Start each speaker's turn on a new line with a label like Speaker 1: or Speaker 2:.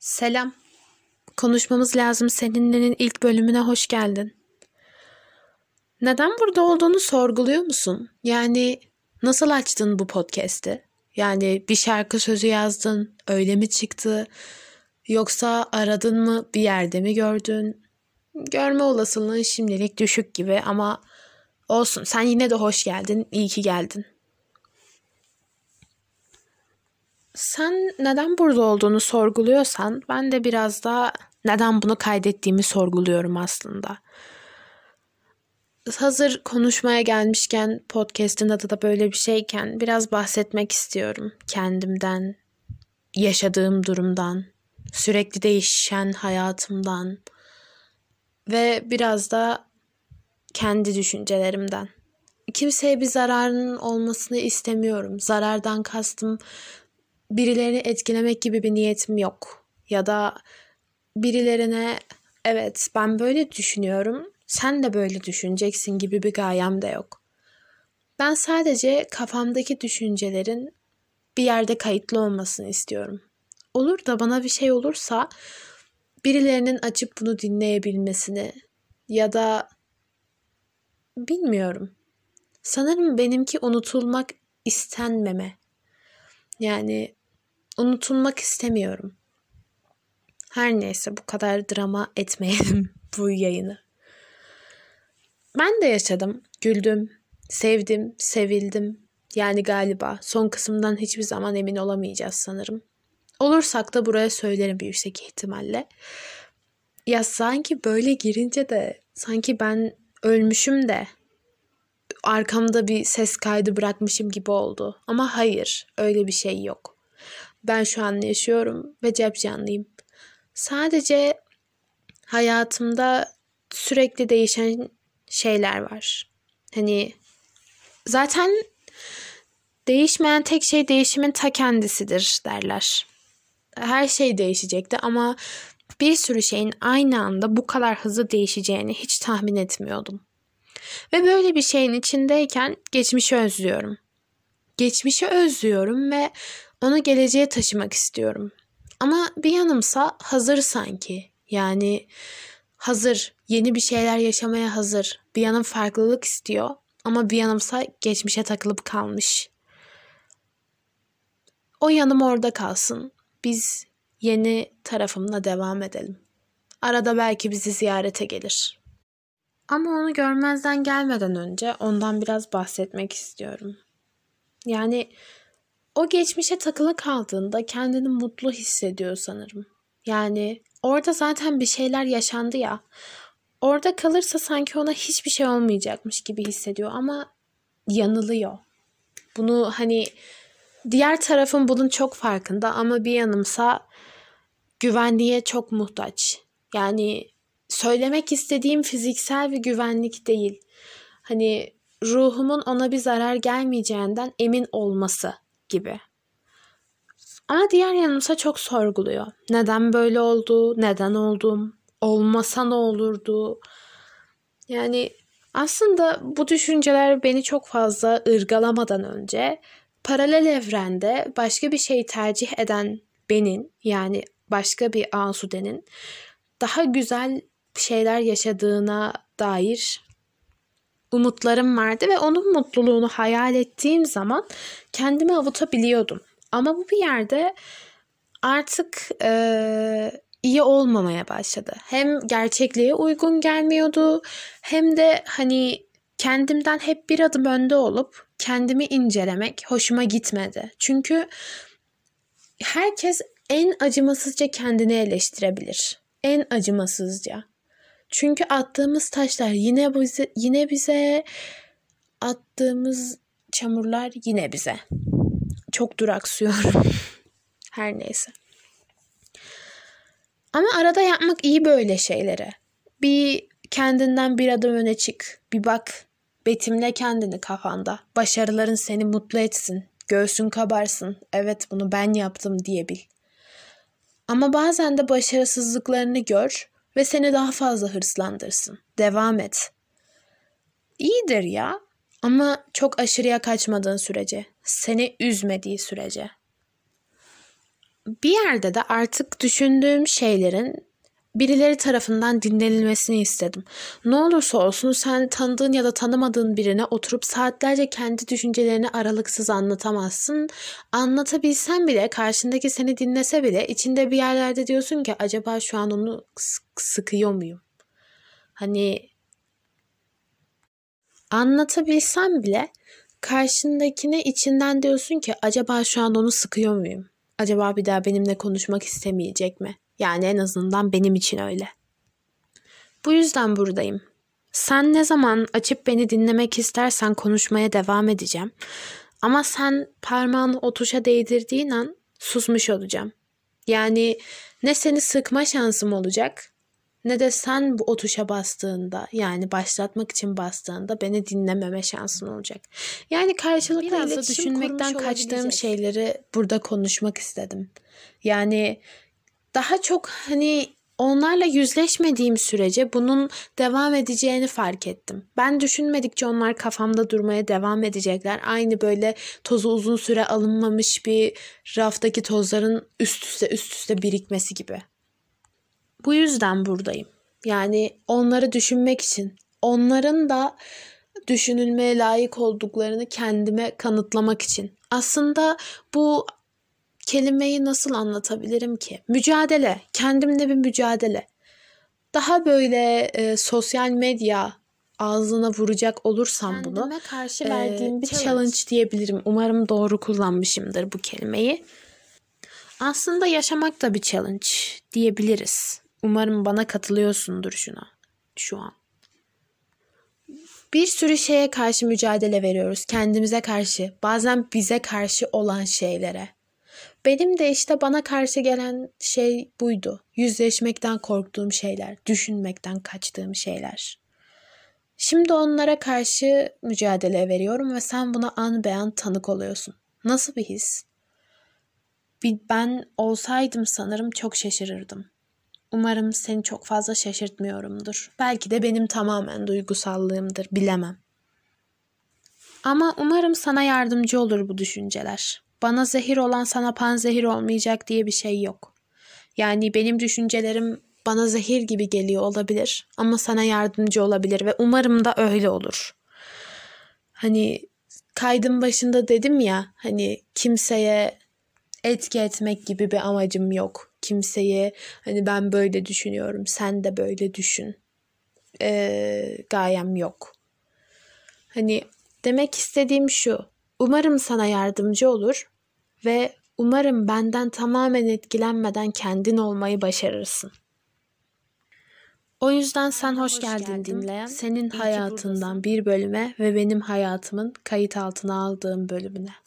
Speaker 1: Selam. Konuşmamız lazım seninle'nin ilk bölümüne hoş geldin. Neden burada olduğunu sorguluyor musun? Yani nasıl açtın bu podcast'i? Yani bir şarkı sözü yazdın, öyle mi çıktı? Yoksa aradın mı, bir yerde mi gördün? Görme olasılığın şimdilik düşük gibi ama olsun. Sen yine de hoş geldin, iyi ki geldin. Sen neden burada olduğunu sorguluyorsan ben de biraz da neden bunu kaydettiğimi sorguluyorum aslında. Hazır konuşmaya gelmişken podcast'in adı da böyle bir şeyken biraz bahsetmek istiyorum kendimden, yaşadığım durumdan, sürekli değişen hayatımdan ve biraz da kendi düşüncelerimden. Kimseye bir zararının olmasını istemiyorum. Zarardan kastım birilerini etkilemek gibi bir niyetim yok. Ya da birilerine evet ben böyle düşünüyorum, sen de böyle düşüneceksin gibi bir gayem de yok. Ben sadece kafamdaki düşüncelerin bir yerde kayıtlı olmasını istiyorum. Olur da bana bir şey olursa birilerinin açıp bunu dinleyebilmesini ya da bilmiyorum. Sanırım benimki unutulmak istenmeme. Yani unutulmak istemiyorum. Her neyse bu kadar drama etmeyelim bu yayını. Ben de yaşadım, güldüm, sevdim, sevildim. Yani galiba son kısımdan hiçbir zaman emin olamayacağız sanırım. Olursak da buraya söylerim bir yüksek ihtimalle. Ya sanki böyle girince de sanki ben ölmüşüm de arkamda bir ses kaydı bırakmışım gibi oldu. Ama hayır, öyle bir şey yok. Ben şu an yaşıyorum ve cep canlıyım. Sadece hayatımda sürekli değişen şeyler var. Hani zaten değişmeyen tek şey değişimin ta kendisidir derler. Her şey değişecekti ama bir sürü şeyin aynı anda bu kadar hızlı değişeceğini hiç tahmin etmiyordum. Ve böyle bir şeyin içindeyken geçmişi özlüyorum. Geçmişi özlüyorum ve onu geleceğe taşımak istiyorum. Ama bir yanımsa hazır sanki. Yani hazır, yeni bir şeyler yaşamaya hazır. Bir yanım farklılık istiyor ama bir yanımsa geçmişe takılıp kalmış. O yanım orada kalsın. Biz yeni tarafımla devam edelim. Arada belki bizi ziyarete gelir. Ama onu görmezden gelmeden önce ondan biraz bahsetmek istiyorum. Yani o geçmişe takılı kaldığında kendini mutlu hissediyor sanırım. Yani orada zaten bir şeyler yaşandı ya. Orada kalırsa sanki ona hiçbir şey olmayacakmış gibi hissediyor ama yanılıyor. Bunu hani diğer tarafın bunun çok farkında ama bir yanımsa güvenliğe çok muhtaç. Yani söylemek istediğim fiziksel bir güvenlik değil. Hani ruhumun ona bir zarar gelmeyeceğinden emin olması gibi. Ama diğer yanımsa çok sorguluyor. Neden böyle oldu? Neden oldum? Olmasa ne olurdu? Yani aslında bu düşünceler beni çok fazla ırgalamadan önce paralel evrende başka bir şey tercih eden benim, yani başka bir Asude'nin daha güzel şeyler yaşadığına dair umutlarım vardı ve onun mutluluğunu hayal ettiğim zaman kendimi avutabiliyordum. Ama bu bir yerde artık iyi olmamaya başladı. Hem gerçekliğe uygun gelmiyordu hem de hani kendimden hep bir adım önde olup kendimi incelemek hoşuma gitmedi. Çünkü herkes en acımasızca kendini eleştirebilir. En acımasızca. Çünkü attığımız taşlar yine bize attığımız çamurlar yine bize. Çok duraksıyorum. Her neyse. Ama arada yapmak iyi böyle şeyleri. Bir kendinden bir adım öne çık. Bir bak. Betimle kendini kafanda. Başarıların seni mutlu etsin. Göğsün kabarsın. Evet bunu ben yaptım diyebil. Ama bazen de başarısızlıklarını gör ve seni daha fazla hırslandırsın. Devam et. İyidir ya. Ama çok aşırıya kaçmadığın sürece. Seni üzmediği sürece. bir yerde de artık düşündüğüm şeylerin birileri tarafından dinlenilmesini istedim. Ne olursa olsun sen tanıdığın ya da tanımadığın birine oturup saatlerce kendi düşüncelerini aralıksız anlatamazsın. Anlatabilsen bile, karşındaki seni dinlese bile içinde bir yerlerde diyorsun ki acaba şu an onu sıkıyor muyum? Hani anlatabilsem bile karşındakine içinden diyorsun ki acaba şu an onu sıkıyor muyum? Acaba bir daha benimle konuşmak istemeyecek mi? Yani en azından benim için öyle. Bu yüzden buradayım. Sen ne zaman açıp beni dinlemek istersen konuşmaya devam edeceğim. Ama sen parmağını o tuşa değdirdiğin an susmuş olacağım. Yani ne seni sıkma şansım olacak, ne de sen bu o tuşa bastığında, yani başlatmak için bastığında beni dinlememe şansın olacak. Yani karşılıklı
Speaker 2: Biraz da
Speaker 1: iletişim
Speaker 2: düşünmekten
Speaker 1: kurmuş
Speaker 2: kaçtığım
Speaker 1: olabileceğiz. Şeyleri burada konuşmak istedim. Yani daha çok onlarla yüzleşmediğim sürece bunun devam edeceğini fark ettim. Ben düşünmedikçe onlar kafamda durmaya devam edecekler. Aynı böyle tozu uzun süre alınmamış bir raftaki tozların üst üste birikmesi gibi. Bu yüzden buradayım. Yani onları düşünmek için, onların da düşünülmeye layık olduklarını kendime kanıtlamak için. Aslında bu kelimeyi nasıl anlatabilirim ki? Mücadele, kendimle bir mücadele. Daha böyle sosyal medya ağzına vuracak olursam
Speaker 2: Kendime
Speaker 1: bunu
Speaker 2: karşı verdiğim bir
Speaker 1: challenge diyebilirim. Umarım doğru kullanmışımdır bu kelimeyi. Aslında yaşamak da bir challenge diyebiliriz. Umarım bana katılıyorsundur şu an. Bir sürü şeye karşı mücadele veriyoruz. Kendimize karşı, bazen bize karşı olan şeylere. Benim de işte bana karşı gelen şey buydu. Yüzleşmekten korktuğum şeyler, düşünmekten kaçtığım şeyler. Şimdi onlara karşı mücadele veriyorum ve sen buna an be an tanık oluyorsun. Nasıl bir his? Ben olsaydım sanırım çok şaşırırdım. Umarım seni çok fazla şaşırtmıyorumdur. Belki de benim tamamen duygusallığımdır, bilemem. Ama umarım sana yardımcı olur bu düşünceler. Bana zehir olan sana panzehir olmayacak diye bir şey yok. Yani benim düşüncelerim bana zehir gibi geliyor olabilir ama sana yardımcı olabilir ve umarım da öyle olur. Kaydın başında dedim ya, kimseye etki etmek gibi bir amacım yok. Kimseye ben böyle düşünüyorum, sen de böyle düşün. Gayem yok. Demek istediğim şu. Umarım sana yardımcı olur ve umarım benden tamamen etkilenmeden kendin olmayı başarırsın. O yüzden sen hoş geldin dinleyen, senin hayatından bir bölüme ve benim hayatımın kayıt altına aldığım bölümüne.